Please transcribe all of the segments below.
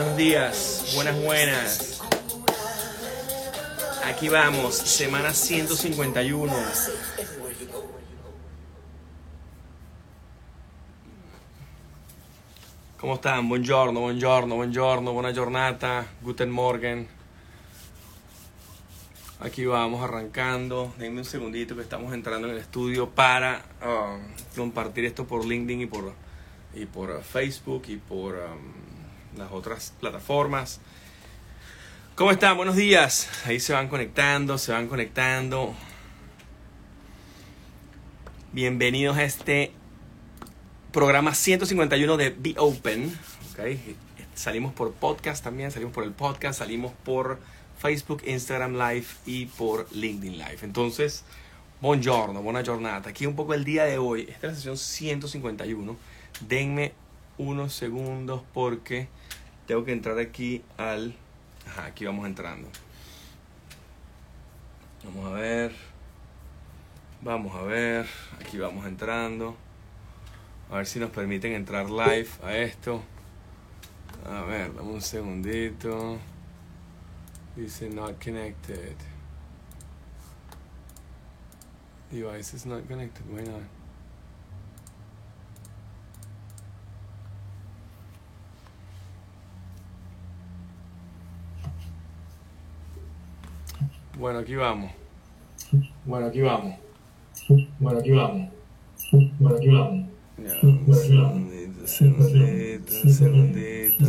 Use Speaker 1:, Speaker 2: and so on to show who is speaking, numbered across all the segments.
Speaker 1: Buenos días, buenas. Aquí vamos, semana 151. ¿Cómo están? Buongiorno, buona giornata, guten morgen. Aquí vamos arrancando. Denme un segundito que estamos entrando en el estudio para compartir esto por LinkedIn y por Facebook y por las otras plataformas. ¿Cómo están? Buenos días. Ahí se van conectando. Bienvenidos a este programa 151 de Be Open. ¿Okay? Salimos por podcast también, salimos por el podcast, salimos por Facebook, Instagram Live y por LinkedIn Live. Entonces, buongiorno, buona giornata. Aquí un poco el día de hoy. Esta es la sesión 151. Denme unos segundos porque tengo que entrar aquí al... aquí vamos entrando. Vamos a ver. Aquí vamos entrando. A ver si nos permiten entrar live a esto. A ver, dame un segundito. Dice not connected. Device is not connected. Why not? Bueno, aquí vamos. Un segundito.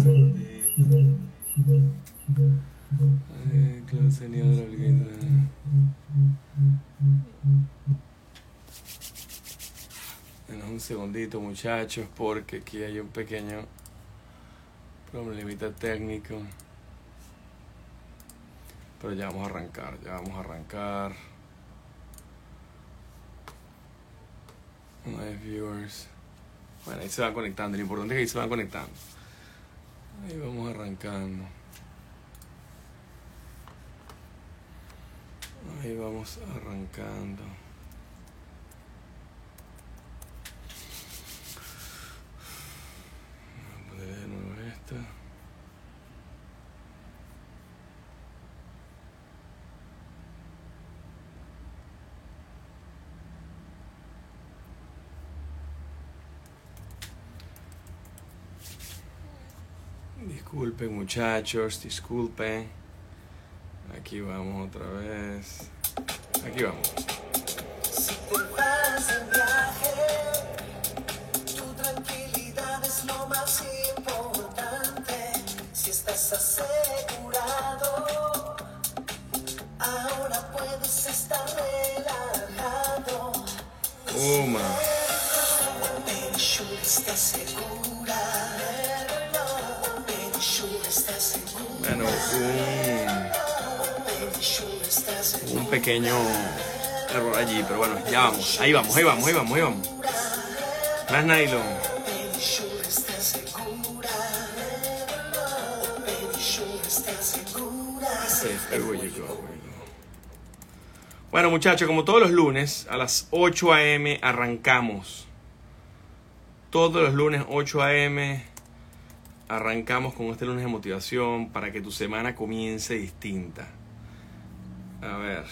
Speaker 1: Denos un segundito, muchachos, porque aquí hay un pequeño problemita técnico. Pero ya vamos a arrancar. Live viewers. Bueno, ahí se van conectando. Lo importante es que ahí se van conectando. Ahí vamos arrancando. Vamos a poner de nuevo esto. Disculpen, muchachos, disculpen. Aquí vamos otra vez. Aquí vamos.
Speaker 2: Si te vas de viaje, tu tranquilidad es lo más importante. Si estás asegurado, ahora puedes estar relajado. Perisur está segura. Perisur está segura.
Speaker 1: Bueno, un pequeño error allí, pero bueno, ya vamos. Ahí vamos. Más nylon. Bueno, muchachos, como todos los lunes, a las 8 a.m. arrancamos. Todos los lunes, 8 a.m. arrancamos con este lunes de motivación para que tu semana comience distinta. A ver.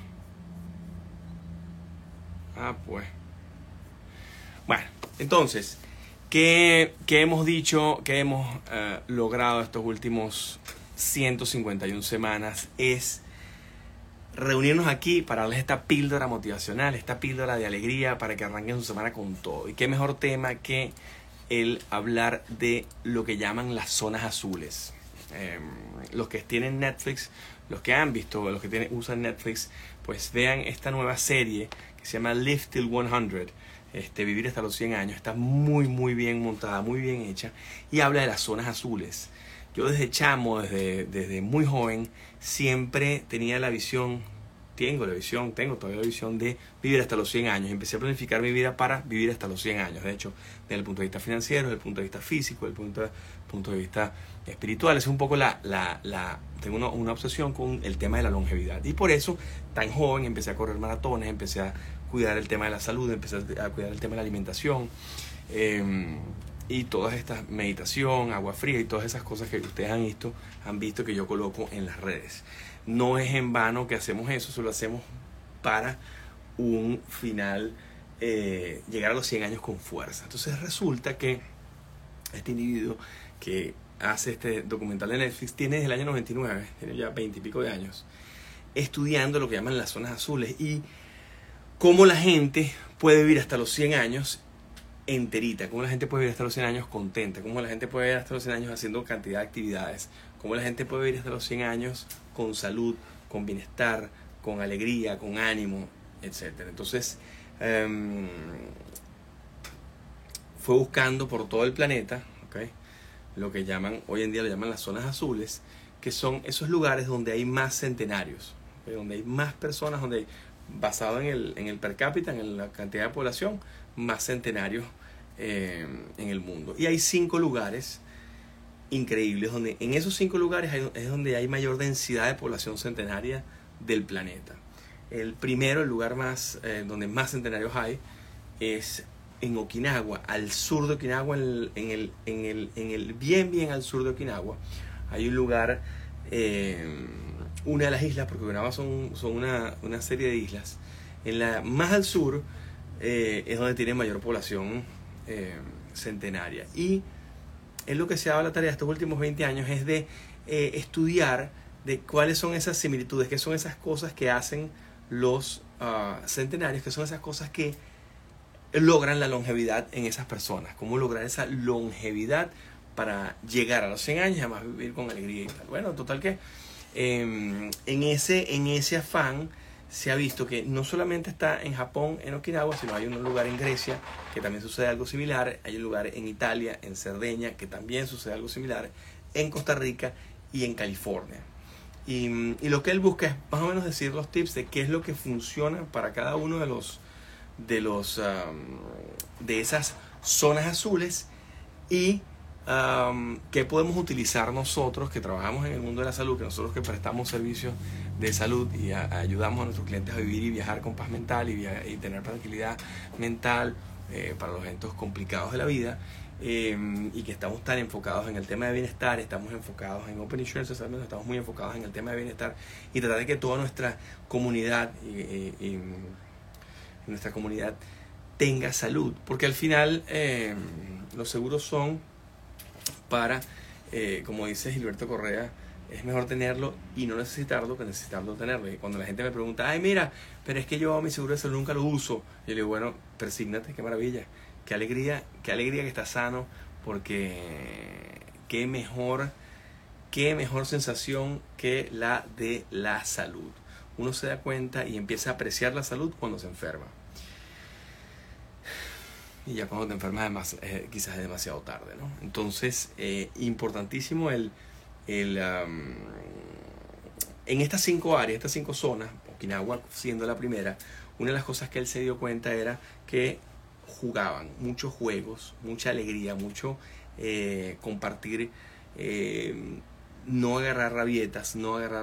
Speaker 1: Pues. Bueno, entonces, ¿qué hemos dicho, qué hemos logrado estos últimos 151 semanas? Es reunirnos aquí para darles esta píldora motivacional, esta píldora de alegría para que arranquen su semana con todo. Y qué mejor tema que el hablar de lo que llaman las zonas azules. Los que tienen Netflix, los que han visto, los que usan Netflix, pues vean esta nueva serie que se llama Live Till 100, Vivir hasta los 100 años. Está muy bien montada, muy bien hecha y habla de las zonas azules. Yo desde chamo, desde muy joven, siempre tenía la visión, tengo todavía la visión de vivir hasta los 100 años. Empecé a planificar mi vida para vivir hasta los 100 años. De hecho, desde el punto de vista financiero, desde el punto de vista físico, desde el punto de vista espiritual. Es un poco tengo una obsesión con el tema de la longevidad. Y por eso, tan joven, empecé a correr maratones, empecé a cuidar el tema de la salud, empecé a cuidar el tema de la alimentación. y todas estas meditación, agua fría y todas esas cosas que ustedes han visto que yo coloco en las redes. No es en vano que hacemos eso, solo hacemos para un final, llegar a los 100 años con fuerza. Entonces resulta que este individuo que hace este documental de Netflix tiene desde el año 99, tiene ya 20 y pico de años, estudiando lo que llaman las zonas azules y cómo la gente puede vivir hasta los 100 años enterita, cómo la gente puede vivir hasta los 100 años contenta, cómo la gente puede vivir hasta los 100 años haciendo cantidad de actividades, cómo la gente puede vivir hasta los 100 años con salud, con bienestar, con alegría, con ánimo, etc. Entonces, fue buscando por todo el planeta, ¿okay?, lo que llaman, hoy en día lo llaman las zonas azules, que son esos lugares donde hay más centenarios, ¿okay?, donde hay más personas, donde hay, basado en el per cápita, en la cantidad de población, más centenarios en el mundo. Y hay 5 lugares increíbles, donde en esos 5 lugares es donde hay mayor densidad de población centenaria del planeta. El primero, el lugar más donde más centenarios hay, es en Okinawa, al sur de Okinawa, en el bien al sur de Okinawa. Hay un lugar, una de las islas, porque Okinawa son una serie de islas. En la más al sur es donde tiene mayor población centenaria. Y es lo que se ha dado la tarea estos últimos 20 años, es de estudiar de cuáles son esas similitudes, qué son esas cosas que hacen los centenarios, qué son esas cosas que logran la longevidad en esas personas, cómo lograr esa longevidad para llegar a los 100 años y además vivir con alegría y tal. Bueno, total que en ese afán se ha visto que no solamente está en Japón, en Okinawa, sino hay un lugar en Grecia que también sucede algo similar, hay un lugar en Italia, en Cerdeña, que también sucede algo similar, en Costa Rica y en California. Y lo que él busca es más o menos decir los tips de qué es lo que funciona para cada uno de esas zonas azules y qué podemos utilizar nosotros que trabajamos en el mundo de la salud, que nosotros que prestamos servicios de salud y ayudamos a nuestros clientes a vivir y viajar con paz mental y tener tranquilidad mental para los eventos complicados de la vida, y que estamos tan enfocados en el tema de bienestar, estamos enfocados en Open Insurance, estamos muy enfocados en el tema de bienestar y tratar de que toda nuestra comunidad y nuestra comunidad tenga salud, porque al final los seguros son para, como dice Gilberto Correa, es mejor tenerlo y no necesitarlo que necesitarlo tenerlo. Y cuando la gente me pregunta, ay mira, pero es que yo mi seguro de salud nunca lo uso, yo le digo, bueno, persígnate, qué maravilla, qué alegría que estás sano, porque qué mejor sensación que la de la salud. Uno se da cuenta y empieza a apreciar la salud cuando se enferma. Y ya cuando te enfermas quizás es demasiado tarde, ¿no? Entonces, importantísimo en estas 5 áreas, estas 5 zonas, Okinawa siendo la primera, una de las cosas que él se dio cuenta era que jugaban muchos juegos, mucha alegría, mucho compartir, no agarrar rabietas,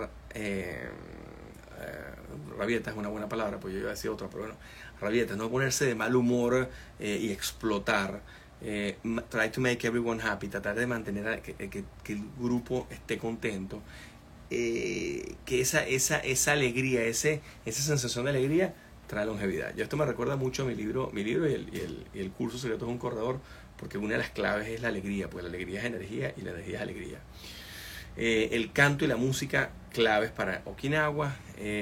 Speaker 1: rabietas es una buena palabra, pues yo iba a decir otra, pero bueno, rabietas, no ponerse de mal humor y explotar, try to make everyone happy, tratar de mantener que el grupo esté contento, que esa alegría, esa sensación de alegría trae longevidad. Yo esto me recuerda mucho a mi libro y el curso Secretos de un Corredor, porque una de las claves es la alegría, porque la alegría es energía y la energía es alegría. El canto y la música claves para Okinawa,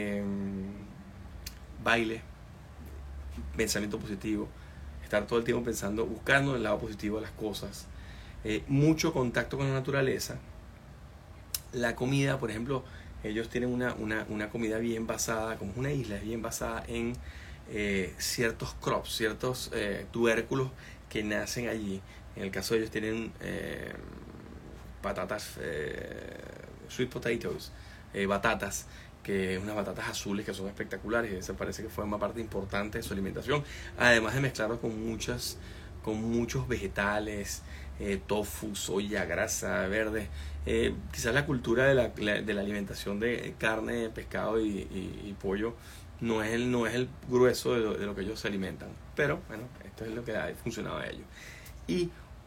Speaker 1: baile, pensamiento positivo, estar todo el tiempo pensando, buscando el lado positivo de las cosas, mucho contacto con la naturaleza. La comida, por ejemplo, ellos tienen una comida bien basada, como es una isla, es bien basada en ciertos crops, ciertos tubérculos que nacen allí. En el caso de ellos tienen patatas, sweet potatoes, batatas, que unas batatas azules que son espectaculares, y eso parece que forma parte importante de su alimentación, además de mezclarlo con muchos vegetales, tofu, soya, grasa verde. Quizás la cultura de la alimentación de carne, pescado y pollo no es el grueso de lo que ellos se alimentan, pero bueno, esto es lo que ha funcionado a ellos. Y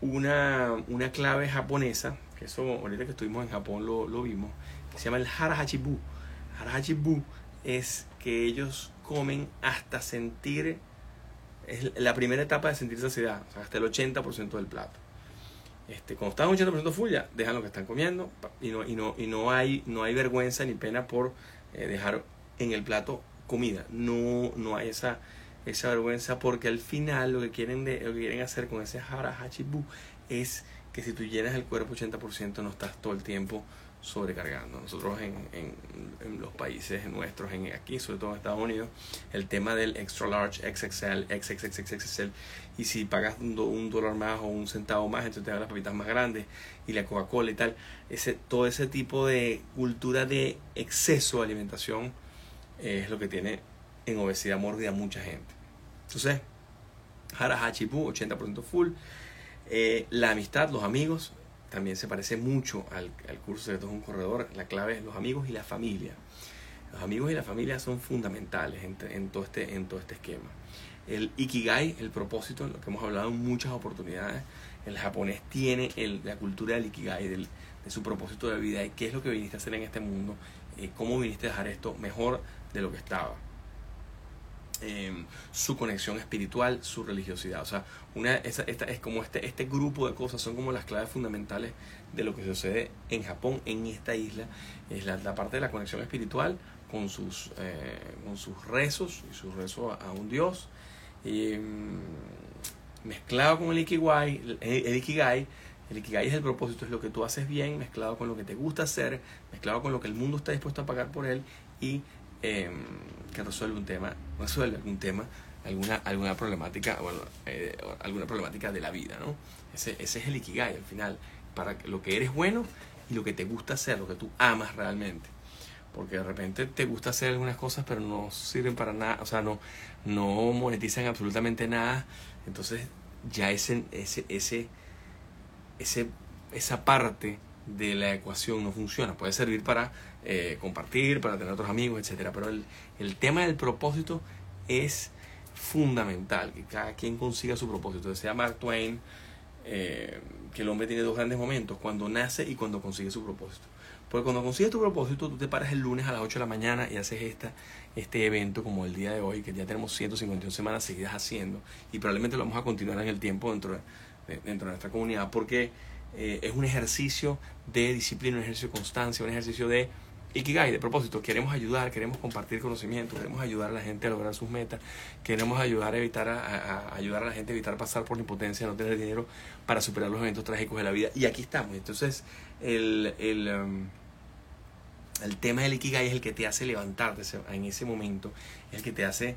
Speaker 1: una clave japonesa, que eso ahorita que estuvimos en Japón lo vimos, que se llama el harahachibu. Harahachibu es que ellos comen hasta sentir, es la primera etapa de sentir saciedad, o sea, hasta el 80% del plato. Cuando están un 80% full, ya dejan lo que están comiendo y no hay vergüenza ni pena por dejar en el plato comida. No hay esa vergüenza, porque al final lo que quieren hacer con ese harahachibu es que si tú llenas el cuerpo 80%, no estás todo el tiempo sobrecargando. Nosotros en los países nuestros, aquí sobre todo en Estados Unidos, el tema del extra large, XXL, XXXXXL, y si pagas $1 más o un centavo más, entonces te dan las papitas más grandes y la Coca-Cola y tal, todo ese tipo de cultura de exceso de alimentación es lo que tiene en obesidad mórbida mucha gente. Entonces, harahachibu, 80% full. La amistad, los amigos, también se parece mucho al curso de Secretos de un Corredor. La clave es los amigos y la familia. Los amigos y la familia son fundamentales en todo este esquema. El ikigai, el propósito, lo que hemos hablado en muchas oportunidades. El japonés tiene la cultura del ikigai, de su propósito de vida, y qué es lo que viniste a hacer en este mundo, cómo viniste a dejar esto mejor de lo que estaba. Su conexión espiritual, su religiosidad. O sea, es como este grupo de cosas son como las claves fundamentales de lo que sucede en Japón, en esta isla. Es la parte de la conexión espiritual con sus rezos y sus rezos a un dios, mezclado con el ikigai. El ikigai es el propósito, es lo que tú haces bien, mezclado con lo que te gusta hacer, mezclado con lo que el mundo está dispuesto a pagar por él, y que resuelve algún tema, alguna problemática, alguna problemática de la vida, ¿no? Ese es el ikigai al final, para lo que eres bueno y lo que te gusta hacer, lo que tú amas realmente. Porque de repente te gusta hacer algunas cosas, pero no sirven para nada, o sea, no monetizan absolutamente nada. Entonces ya esa parte de la ecuación no funciona. Puede servir para compartir, para tener otros amigos, etcétera, pero el tema del propósito es fundamental, que cada quien consiga su propósito. Decía Mark Twain que el hombre tiene dos grandes momentos: cuando nace y cuando consigue su propósito. Porque cuando consigues tu propósito, tú te paras el lunes a las 8 de la mañana y haces este evento como el día de hoy, que ya tenemos 151 semanas seguidas haciendo, y probablemente lo vamos a continuar en el tiempo dentro de nuestra comunidad, porque es un ejercicio de disciplina, un ejercicio de constancia, un ejercicio de ikigai, de propósito. Queremos ayudar, queremos compartir conocimiento, queremos ayudar a la gente a lograr sus metas, queremos ayudar a ayudar a la gente a evitar pasar por la impotencia, no tener dinero para superar los eventos trágicos de la vida. Y aquí estamos. Entonces el tema del ikigai es el que te hace levantarte en ese momento, es el que te hace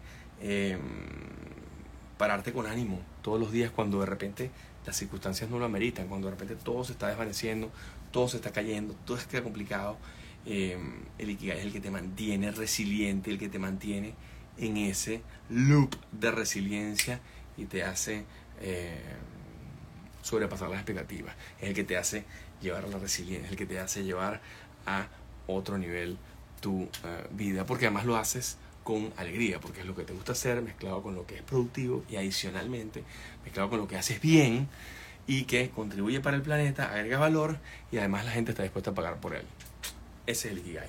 Speaker 1: pararte con ánimo todos los días cuando de repente las circunstancias no lo ameritan, cuando de repente todo se está desvaneciendo, todo se está cayendo, todo está complicado. El ikigai es el que te mantiene resiliente, el que te mantiene en ese loop de resiliencia y te hace sobrepasar las expectativas. Es el que te hace llevar a la resiliencia, es el que te hace llevar a otro nivel tu vida, porque además lo haces con alegría, porque es lo que te gusta hacer, mezclado con lo que es productivo, y adicionalmente mezclado con lo que haces bien y que contribuye para el planeta, agrega valor, y además la gente está dispuesta a pagar por él. Ese es el ikigai.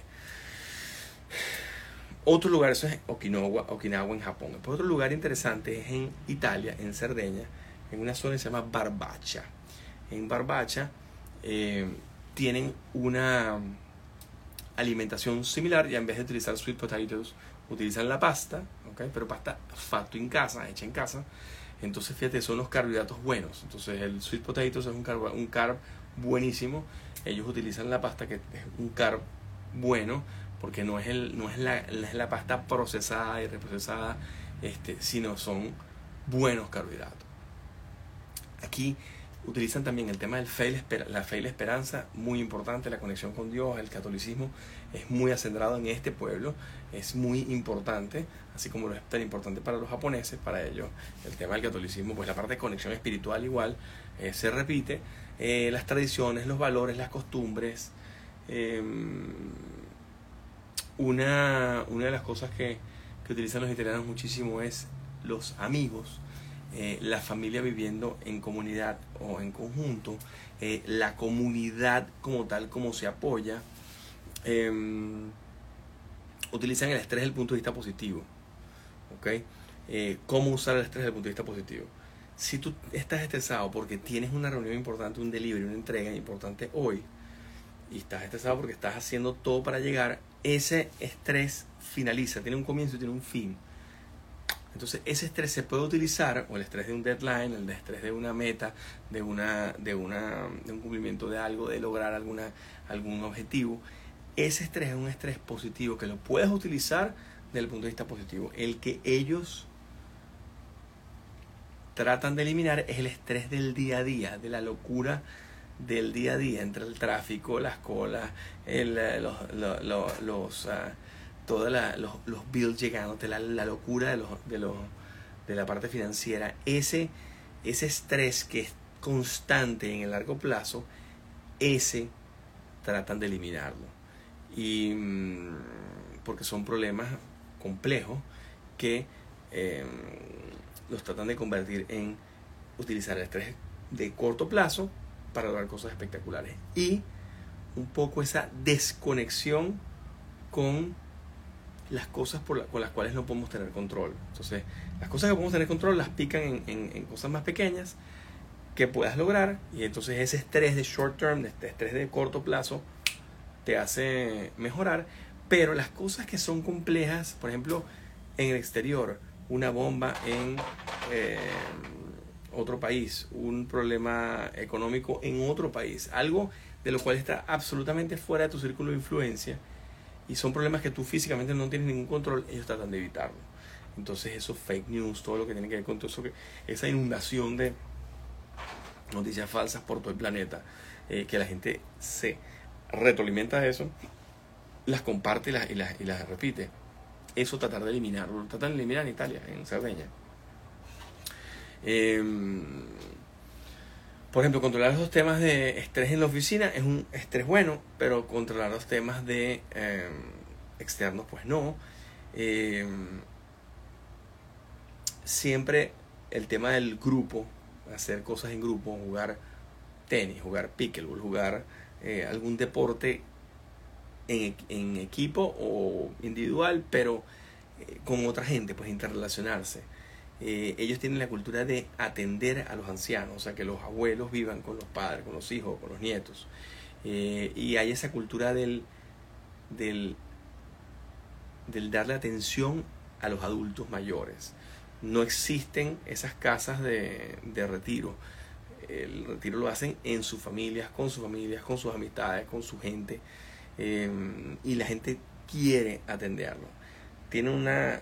Speaker 1: Otro lugar, eso es Okinawa en Japón. Después otro lugar interesante es en Italia, en Cerdeña, en una zona que se llama Barbacha. En Barbacha tienen una alimentación similar, ya en vez de utilizar sweet potatoes, utilizan la pasta, ¿okay? Pero pasta fatto en casa, hecha en casa. Entonces fíjate, son los carbohidratos buenos. Entonces el sweet potatoes es un carb buenísimo. Ellos utilizan la pasta, que es un carb bueno, porque no es la pasta procesada y reprocesada, sino son buenos carbohidratos. Aquí utilizan también el tema la fe y la esperanza, muy importante, la conexión con Dios. El catolicismo es muy acendrado en este pueblo, es muy importante, así como lo es tan importante para los japoneses. Para ellos el tema del catolicismo, pues la parte de conexión espiritual igual se repite, las tradiciones, los valores, las costumbres. Una de las cosas que utilizan los italianos muchísimo es los amigos. la familia viviendo en comunidad o en conjunto, la comunidad como tal, como se apoya, utilizan el estrés desde el punto de vista positivo. ¿Ok? ¿Cómo usar el estrés desde el punto de vista positivo? Si tú estás estresado porque tienes una reunión importante, un delivery, una entrega importante hoy, y estás estresado porque estás haciendo todo para llegar, ese estrés finaliza, tiene un comienzo y tiene un fin. Entonces ese estrés se puede utilizar, o el estrés de un deadline, el estrés de una meta, de un cumplimiento de algo, de lograr algún objetivo. Ese estrés es un estrés positivo que lo puedes utilizar desde el punto de vista positivo. El que ellos tratan de eliminar es el estrés del día a día, de la locura del día a día, entre el tráfico, las colas, los bills llegando, la locura de la parte financiera. Ese estrés que es constante en el largo plazo, ese tratan de eliminarlo. Y porque son problemas complejos que los tratan de convertir en utilizar el estrés de corto plazo para lograr cosas espectaculares. Y un poco esa desconexión con las cosas con las cuales no podemos tener control. Entonces, las cosas que podemos tener control las pican en cosas más pequeñas que puedas lograr, y entonces ese estrés de short term, este estrés de corto plazo, te hace mejorar. Pero las cosas que son complejas, por ejemplo, en el exterior, una bomba en otro país, un problema económico en otro país, algo de lo cual está absolutamente fuera de tu círculo de influencia, y son problemas que tú físicamente no tienes ningún control, ellos tratan de evitarlo. Entonces esos fake news, todo lo que tiene que ver con todo eso, esa inundación de noticias falsas por todo el planeta, que la gente se retroalimenta de eso, las comparte y las repite. Eso tratar de eliminarlo, lo tratan de eliminar en Italia, en Cerdeña. Por ejemplo, controlar los temas de estrés en la oficina es un estrés bueno, pero controlar los temas de externos, pues no. Siempre el tema del grupo, hacer cosas en grupo, jugar tenis, jugar pickleball, jugar algún deporte en equipo o individual, pero con otra gente, pues interrelacionarse. Ellos tienen la cultura de atender a los ancianos, o sea, que los abuelos vivan con los padres, con los hijos, con los nietos. Y hay esa cultura del darle atención a los adultos mayores. No existen esas casas de retiro. El retiro lo hacen en sus familias, con sus amistades, con su gente. Y la gente quiere atenderlo. Tiene una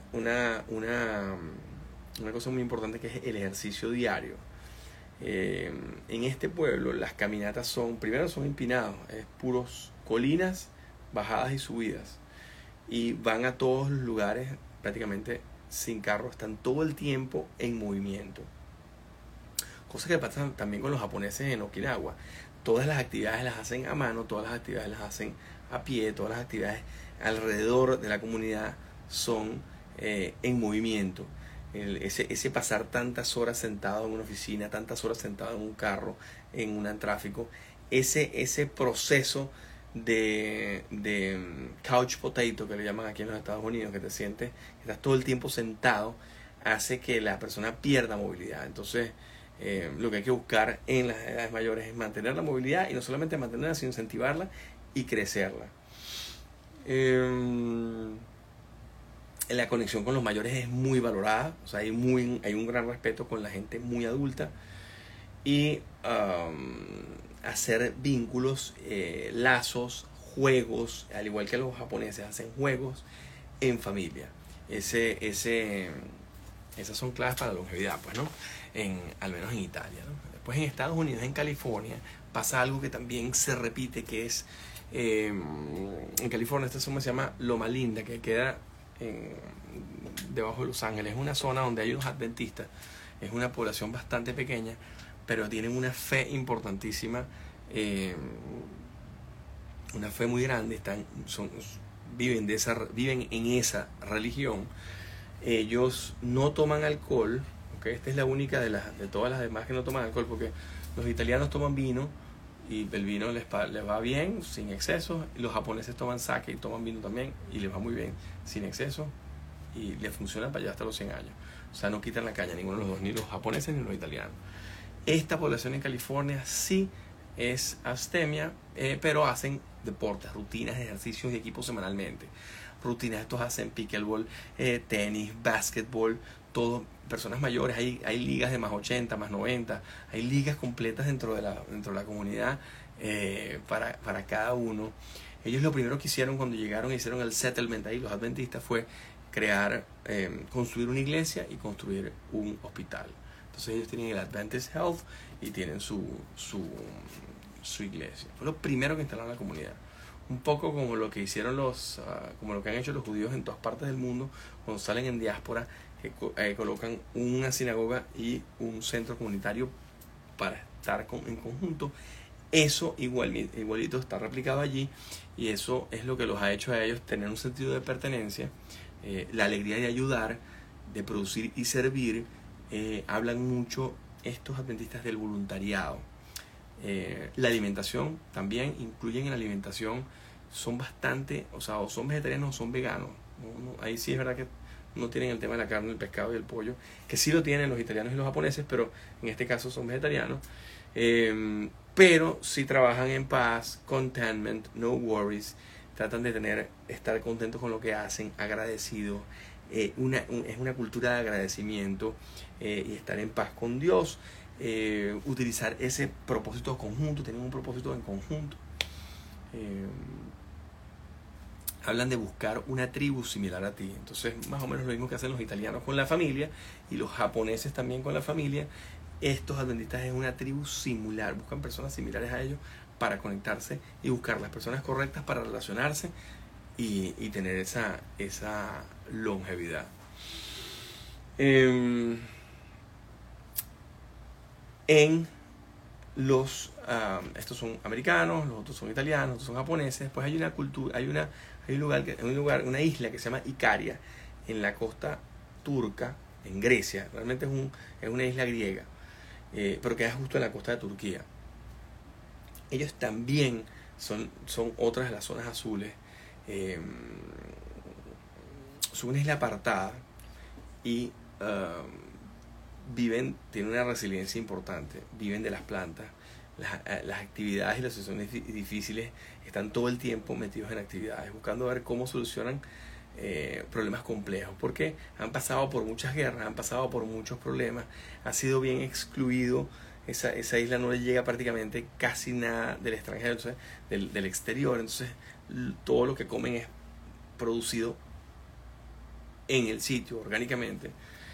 Speaker 1: cosa muy importante, que es el ejercicio diario. En este pueblo las caminatas primero son empinados, es puros colinas, bajadas y subidas, y van a todos los lugares prácticamente sin carro, están todo el tiempo en movimiento. Cosa que pasa también con los japoneses en Okinawa. Todas las actividades las hacen a mano, todas las actividades las hacen a pie, todas las actividades alrededor de la comunidad son en movimiento. Ese pasar tantas horas sentado en una oficina, tantas horas sentado en un carro, en un tráfico, ese proceso de couch potato, que le llaman aquí en los Estados Unidos, que te sientes, que estás todo el tiempo sentado, hace que la persona pierda movilidad. Entonces lo que hay que buscar en las edades mayores es mantener la movilidad, y no solamente mantenerla, sino incentivarla y crecerla. La conexión con los mayores es muy valorada, o sea, hay un gran respeto con la gente muy adulta, y hacer vínculos, lazos, juegos, al igual que los japoneses hacen juegos en familia. Esas son claves para la longevidad, pues, ¿no? Al menos en Italia, ¿no? Después en Estados Unidos, en California, pasa algo que también se repite, que es en California, esta zona se llama Loma Linda, que queda debajo de Los Ángeles. Es una zona donde hay unos adventistas, es una población bastante pequeña, pero tienen una fe importantísima, una fe muy grande, viven en esa religión. Ellos no toman alcohol, ¿ok? Esta es la única de todas las demás que no toman alcohol, porque los italianos toman vino y el vino les va bien, sin excesos. Y los japoneses toman sake y toman vino también y les va muy bien, sin excesos. Y les funciona para allá hasta los 100 años. O sea, no quitan la caña ninguno de los dos, ni los japoneses ni los italianos. Esta población en California sí es abstemia, pero hacen deportes, rutinas, ejercicios y equipos semanalmente. Rutinas, estos hacen pickleball, tenis, básquetbol, todo, personas mayores, hay ligas de más 80, más 90, hay ligas completas dentro de la comunidad para cada uno. Ellos lo primero que hicieron cuando llegaron e hicieron el settlement ahí, los adventistas, fue construir una iglesia y construir un hospital. Entonces ellos tienen el Adventist Health y tienen su iglesia. Fue lo primero que instalaron en la comunidad. Un poco como lo que hicieron como lo que han hecho los judíos en todas partes del mundo cuando salen en diáspora, que colocan una sinagoga y un centro comunitario para estar en conjunto. Eso igualito está replicado allí, y eso es lo que los ha hecho a ellos tener un sentido de pertenencia, la alegría de ayudar, de producir y servir. Hablan mucho estos adventistas del voluntariado. La alimentación también, incluyen en la alimentación, son bastante, o son vegetarianos o son veganos. Ahí sí es verdad que no tienen el tema de la carne, el pescado y el pollo, que sí lo tienen los italianos y los japoneses, pero en este caso son vegetarianos. Pero sí trabajan en paz, contentment, no worries, tratan de estar contentos con lo que hacen, agradecidos. Es una cultura de agradecimiento y estar en paz con Dios. Utilizar ese propósito conjunto, tienen un propósito en conjunto. Hablan de buscar una tribu similar a ti. Entonces, más o menos lo mismo que hacen los italianos con la familia y los japoneses también con la familia. Estos adventistas es una tribu similar, buscan personas similares a ellos para conectarse y buscar las personas correctas para relacionarse y tener esa longevidad. Estos son americanos, los otros son italianos, otros son japoneses. Pues hay una cultura, hay un lugar, una isla que se llama Icaria, en la costa turca, en Grecia. Realmente es una isla griega, pero queda justo en la costa de Turquía. Ellos también son otras de las zonas azules. Son una isla apartada y tienen una resiliencia importante, viven de las plantas, las actividades y las situaciones difíciles, están todo el tiempo metidos en actividades, buscando ver cómo solucionan problemas complejos, porque han pasado por muchas guerras, han pasado por muchos problemas, ha sido bien excluido, esa isla no le llega prácticamente casi nada del extranjero, entonces, del exterior, entonces todo lo que comen es producido en el sitio orgánicamente.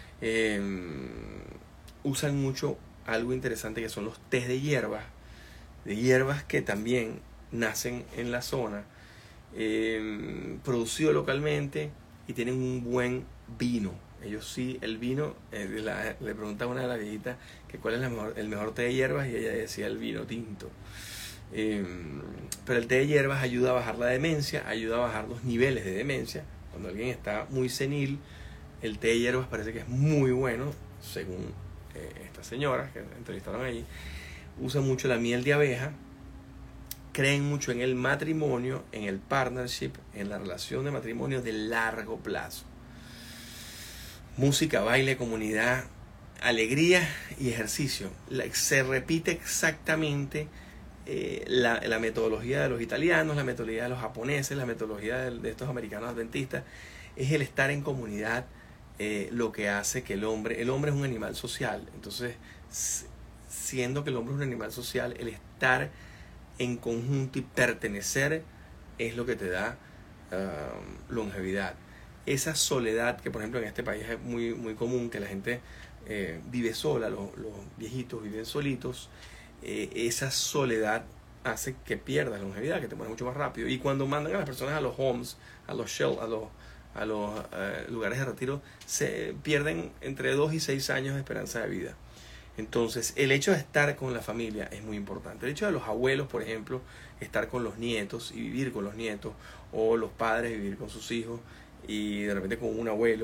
Speaker 1: Usan mucho algo interesante que son los tés de hierbas que también nacen en la zona, producido localmente, y tienen un buen vino. Ellos sí, el vino, le preguntan a una de las viejitas que cuál es el mejor té de hierbas, y ella decía el vino tinto. Pero el té de hierbas ayuda a bajar la demencia, ayuda a bajar los niveles de demencia. Cuando alguien está muy senil, el té de hierbas parece que es muy bueno, según estas señoras que entrevistaron allí. Usan mucho la miel de abeja, creen mucho en el matrimonio, en el partnership, en la relación de matrimonio de largo plazo. Música, baile, comunidad, alegría y ejercicio. Se repite exactamente la metodología de los italianos, la metodología de los japoneses, la metodología de estos americanos adventistas. Es el estar en comunidad lo que hace que el hombre es un animal social. Entonces, siendo que el hombre es un animal social, el estar en conjunto y pertenecer es lo que te da longevidad. Esa soledad que, por ejemplo, en este país es muy, muy común, que la gente vive sola, los viejitos viven solitos, esa soledad hace que pierdas longevidad, que te mueres mucho más rápido. Y cuando mandan a las personas a los homes, a los lugares de retiro, se pierden entre 2 y 6 años de esperanza de vida. Entonces, el hecho de estar con la familia es muy importante. El hecho de los abuelos, por ejemplo, estar con los nietos y vivir con los nietos, o los padres vivir con sus hijos y de repente con un abuelo,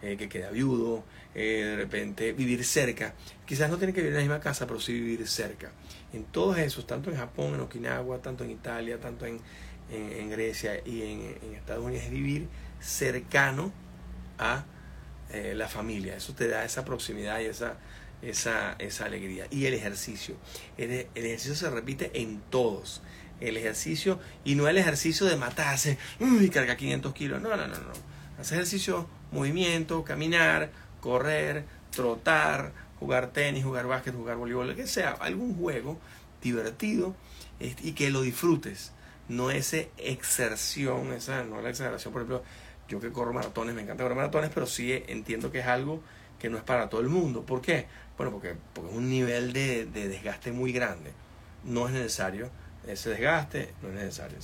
Speaker 1: que queda viudo, de repente vivir cerca. Quizás no tiene que vivir en la misma casa, pero sí vivir cerca. En todos esos, tanto en Japón, en Okinawa, tanto en Italia, tanto en Grecia y en Estados Unidos, es vivir cercano a la familia. Eso te da esa proximidad y esa alegría. Y el ejercicio. El ejercicio se repite en todos. El ejercicio, y no el ejercicio de matarse y cargar 500 kilos. No. Hacer ejercicio, movimiento, caminar, correr, trotar, jugar tenis, jugar básquet, jugar voleibol, lo que sea, algún juego divertido y que lo disfrutes. No esa exerción, no la exageración. Por ejemplo, yo que corro maratones, me encanta correr maratones, pero sí entiendo que es algo que no es para todo el mundo. ¿Por qué? Bueno, porque es un nivel de desgaste muy grande. No es necesario ese desgaste, no es necesario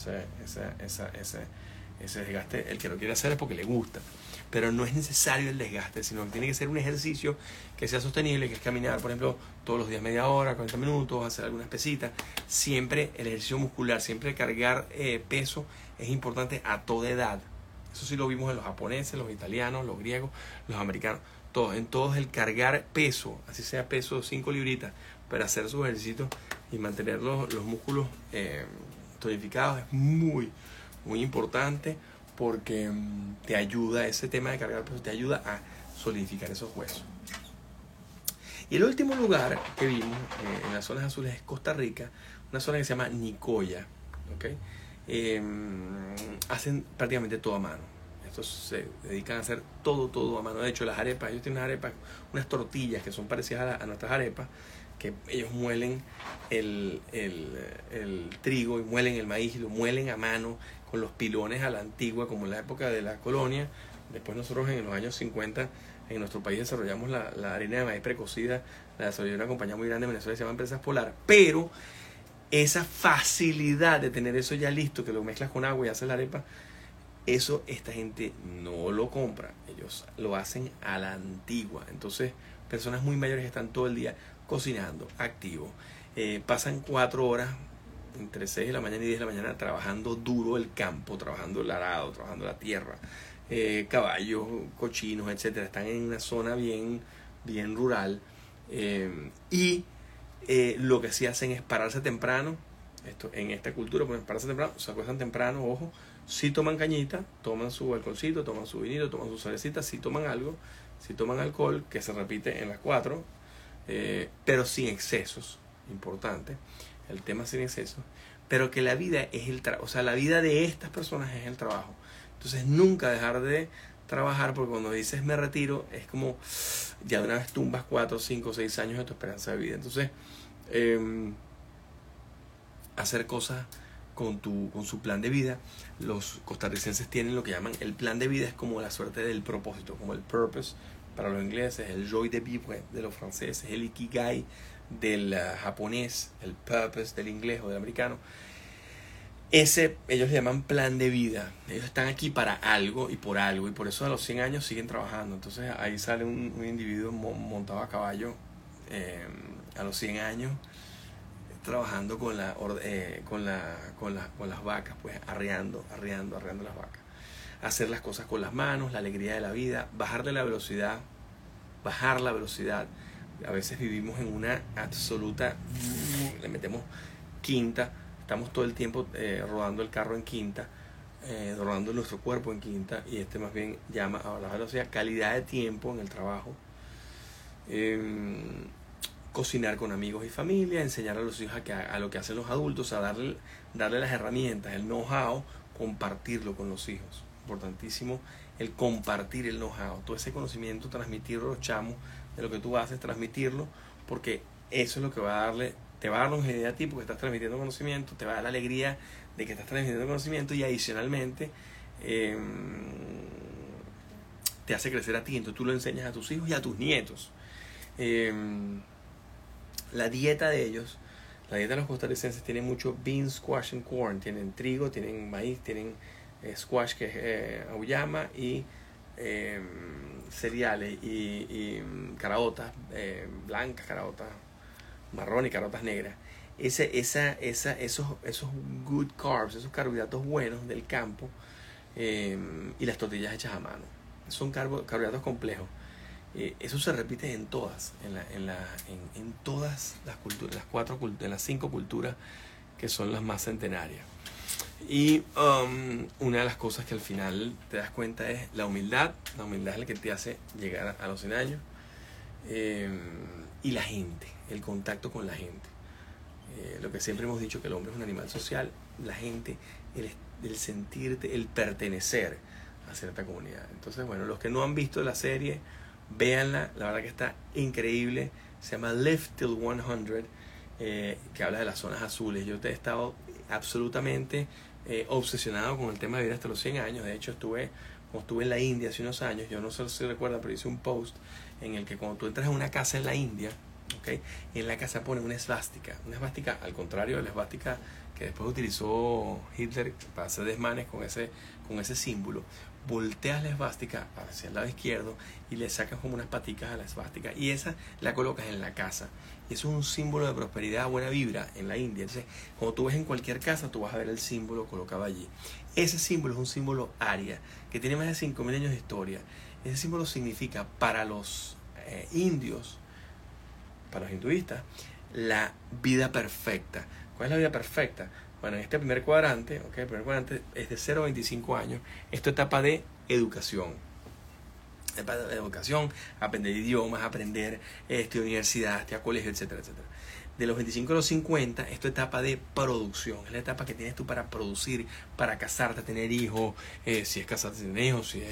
Speaker 1: ese desgaste. El que lo quiere hacer es porque le gusta, pero no es necesario el desgaste, sino que tiene que ser un ejercicio que sea sostenible, que es caminar, por ejemplo, todos los días media hora, 40 minutos, hacer algunas pesitas. Siempre el ejercicio muscular, siempre cargar peso es importante a toda edad. Eso sí lo vimos en los japoneses, los italianos, los griegos, los americanos. En todos el cargar peso, así sea peso 5 libritas, para hacer sus ejercicios y mantener los músculos tonificados es muy, muy importante, porque te ayuda, ese tema de cargar peso te ayuda a solidificar esos huesos. Y el último lugar que vimos en las zonas azules es Costa Rica, una zona que se llama Nicoya, ¿okay? Hacen prácticamente todo a mano. Estos se dedican a hacer todo a mano. De hecho, las arepas, ellos tienen unas tortillas que son parecidas a nuestras arepas, que ellos muelen el trigo y muelen el maíz y lo muelen a mano con los pilones a la antigua, como en la época de la colonia. Después nosotros en los años 50 en nuestro país desarrollamos la harina de maíz precocida, la desarrolló una compañía muy grande en Venezuela que se llama Empresas Polar, pero esa facilidad de tener eso ya listo, que lo mezclas con agua y haces la arepa, eso esta gente no lo compra, ellos lo hacen a la antigua. Entonces, personas muy mayores que están todo el día cocinando, activos, pasan 4 horas, entre 6 de la mañana y 10 de la mañana, trabajando duro el campo, trabajando el arado, trabajando la tierra, caballos, cochinos, etcétera. Están en una zona bien rural, y lo que sí hacen es pararse temprano. En esta cultura, pues pararse temprano, se acuestan temprano, ojo. Si toman cañita, toman su balconcito, toman su vinito, toman su cervecita, si toman algo, si toman alcohol, que se repite en las 4, pero sin excesos, importante, el tema sin excesos, pero que la vida es el trabajo, o sea, la vida de estas personas es el trabajo. Entonces nunca dejar de trabajar, porque cuando dices me retiro, es como ya de una vez tumbas 4, 5, 6 años de tu esperanza de vida. Entonces, hacer cosas con su plan de vida. Los costarricenses tienen lo que llaman el plan de vida, es como la suerte del propósito, como el purpose para los ingleses, el joie de vivre de los franceses, el ikigai del japonés, el purpose del inglés o del americano. Ellos le llaman plan de vida. Ellos están aquí para algo y por eso a los 100 años siguen trabajando. Entonces ahí sale un individuo montado a caballo a los 100 años, trabajando con las vacas, pues arreando las vacas. Hacer las cosas con las manos, la alegría de la vida, bajar la velocidad. A veces vivimos en una absoluta, le metemos quinta, estamos todo el tiempo rodando el carro en quinta, rodando nuestro cuerpo en quinta, y más bien llama a la velocidad, calidad de tiempo en el trabajo. Cocinar con amigos y familia, enseñar a los hijos a lo que hacen los adultos, a darle las herramientas, el know-how, compartirlo con los hijos. Importantísimo el compartir el know-how, todo ese conocimiento, transmitirlo a los chamos de lo que tú haces, transmitirlo, porque eso es lo que te va a dar longevidad a ti, porque estás transmitiendo conocimiento, te va a dar la alegría de que estás transmitiendo conocimiento, y adicionalmente te hace crecer a ti. Entonces tú lo enseñas a tus hijos y a tus nietos. La dieta de ellos, la dieta de los costarricenses, tiene mucho bean, squash and corn. Tienen trigo, tienen maíz, tienen squash, que es auyama, y cereales y caraotas blancas, caraotas marrón y caraotas negras. Esos good carbs, esos carbohidratos buenos del campo, y las tortillas hechas a mano. son carbohidratos complejos. Eso se repite en todas, en todas las culturas, en las 5 culturas que son las más centenarias. Y una de las cosas que al final te das cuenta es la humildad. La humildad es la que te hace llegar a los 100 años. Y la gente, el contacto con la gente. Lo que siempre hemos dicho, que el hombre es un animal social. La gente, el sentirte, el pertenecer a cierta comunidad. Entonces, bueno, los que no han visto la serie, véanla. La verdad que está increíble. Se llama Live Till 100, que habla de las zonas azules. Yo he estado absolutamente obsesionado con el tema de vivir hasta los 100 años. De hecho, cuando estuve en la India hace unos años, yo no sé si recuerdan, pero hice un post en el que cuando tú entras a una casa en la India, ¿okay?, en la casa ponen una esvástica. Una esvástica, al contrario de la esvástica que después utilizó Hitler para hacer desmanes con ese símbolo. Volteas la esvástica hacia el lado izquierdo y le sacas como unas paticas a la esvástica, y esa la colocas en la casa. Y eso es un símbolo de prosperidad, buena vibra en la India. Entonces, cuando tú ves en cualquier casa, tú vas a ver el símbolo colocado allí. Ese símbolo es un símbolo Arya, que tiene más de 5.000 años de historia. Ese símbolo significa para los indios, para los hinduistas, la vida perfecta. ¿Cuál es la vida perfecta? Bueno, en este primer cuadrante, el primer cuadrante es de 0 a 25 años. Esto es etapa de educación. Etapa de educación, aprender idiomas, aprender universidad, colegio, etcétera, etcétera. De los 25 a los 50, esto es etapa de producción. Es la etapa que tienes tú para producir, para casarte, tener hijos. Si es casarte, tener hijos. Si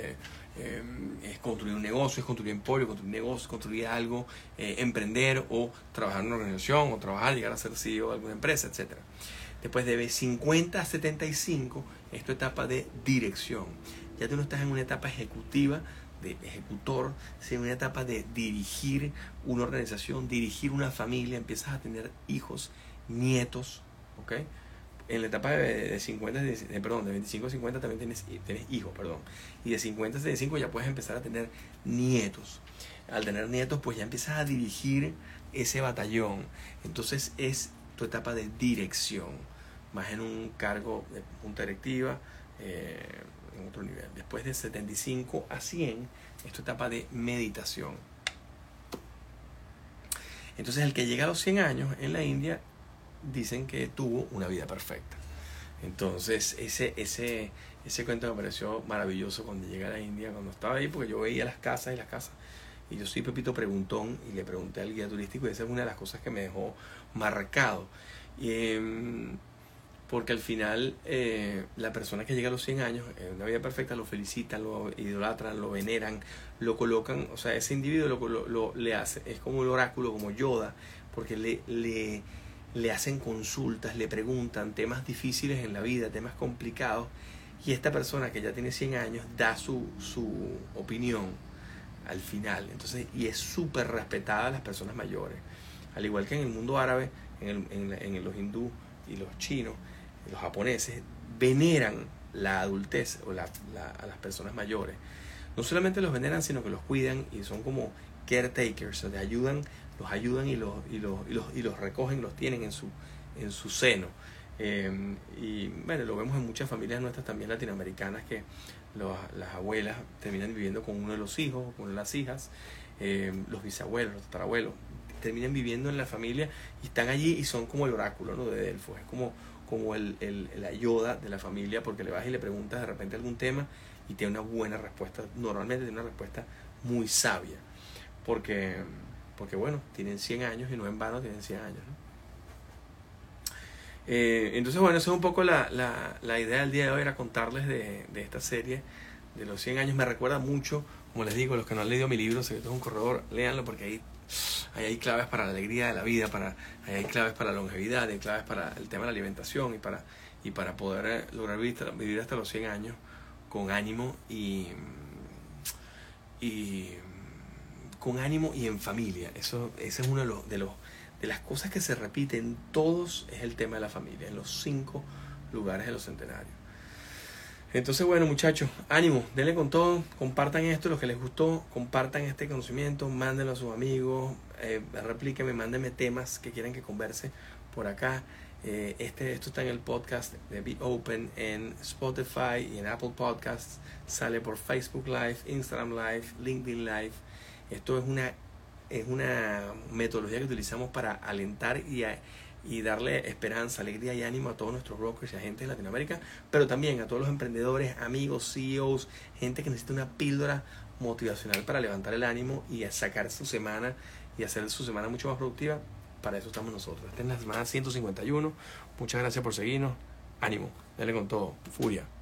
Speaker 1: es construir un negocio, es construir un emporio, construir un negocio, construir algo, emprender o trabajar en una organización, o trabajar, llegar a ser CEO de alguna empresa, etcétera. Después de 50 a 75, esto es etapa de dirección. Ya tú no estás en una etapa ejecutiva, de ejecutor, sino en una etapa de dirigir una organización, dirigir una familia. Empiezas a tener hijos, nietos, ¿ok? En la etapa de 25 a 50 también tienes hijos, perdón. Y de 50 a 75 ya puedes empezar a tener nietos. Al tener nietos, pues ya empiezas a dirigir ese batallón. Entonces es tu etapa de dirección, más en un cargo de junta directiva, en otro nivel. Después de 75 a 100, es tu etapa de meditación. Entonces el que llega a los 100 años en la India, dicen que tuvo una vida perfecta. Entonces ese cuento me pareció maravilloso cuando llegué a la India, cuando estaba ahí, porque yo veía las casas, y yo soy Pepito Preguntón, y le pregunté al guía turístico, y esa es una de las cosas que me dejó marcado. Porque al final la persona que llega a los 100 años en una vida perfecta lo felicitan, lo idolatran, lo veneran, lo colocan. O sea, ese individuo le hace, es como el oráculo, como Yoda, porque le hacen consultas, le preguntan temas difíciles en la vida, temas complicados, y esta persona que ya tiene 100 años da su opinión al final. Entonces, y es súper respetada a las personas mayores, al igual que en el mundo árabe, en los hindú y los chinos, los japoneses veneran la adultez o a las personas mayores. No solamente los veneran, sino que los cuidan y son como caretakers, o sea, los ayudan y los recogen, los tienen en su seno. Y bueno, lo vemos en muchas familias nuestras también latinoamericanas, que las abuelas terminan viviendo con uno de los hijos, con las hijas, los bisabuelos, los tatarabuelos terminan viviendo en la familia y están allí, y son como el oráculo, ¿no?, de Delfos. Es como la Yoda de la familia, porque le vas y le preguntas de repente algún tema y tiene una buena respuesta. Normalmente tiene una respuesta muy sabia, porque bueno, tienen 100 años, y no en vano tienen 100 años, ¿no? Entonces, bueno, esa es un poco la idea del día de hoy, era contarles de esta serie de los 100 años. Me recuerda mucho, como les digo, los que no han leído mi libro Secretos de un Corredor, léanlo, porque ahí hay claves para la alegría de la vida, ahí hay claves para la longevidad, hay claves para el tema de la alimentación, y para poder lograr vivir hasta los 100 años con ánimo y con ánimo y en familia. Ese es uno de las cosas que se repiten todos, es el tema de la familia, en los 5 lugares de los centenarios. Entonces, bueno, muchachos, ánimo, denle con todo, compartan esto, los que les gustó, compartan este conocimiento, mándenlo a sus amigos, replíquenme, mándenme temas que quieran que converse por acá. Esto está en el podcast de Be Open en Spotify y en Apple Podcasts. Sale por Facebook Live, Instagram Live, LinkedIn Live. Esto es una metodología que utilizamos para alentar y darle esperanza, alegría y ánimo a todos nuestros brokers y agentes de Latinoamérica, pero también a todos los emprendedores, amigos, CEOs, gente que necesita una píldora motivacional para levantar el ánimo y a sacar su semana y hacer su semana mucho más productiva. Para eso estamos nosotros. Esta es la semana 151. Muchas gracias por seguirnos. Ánimo, dale con todo. Furia.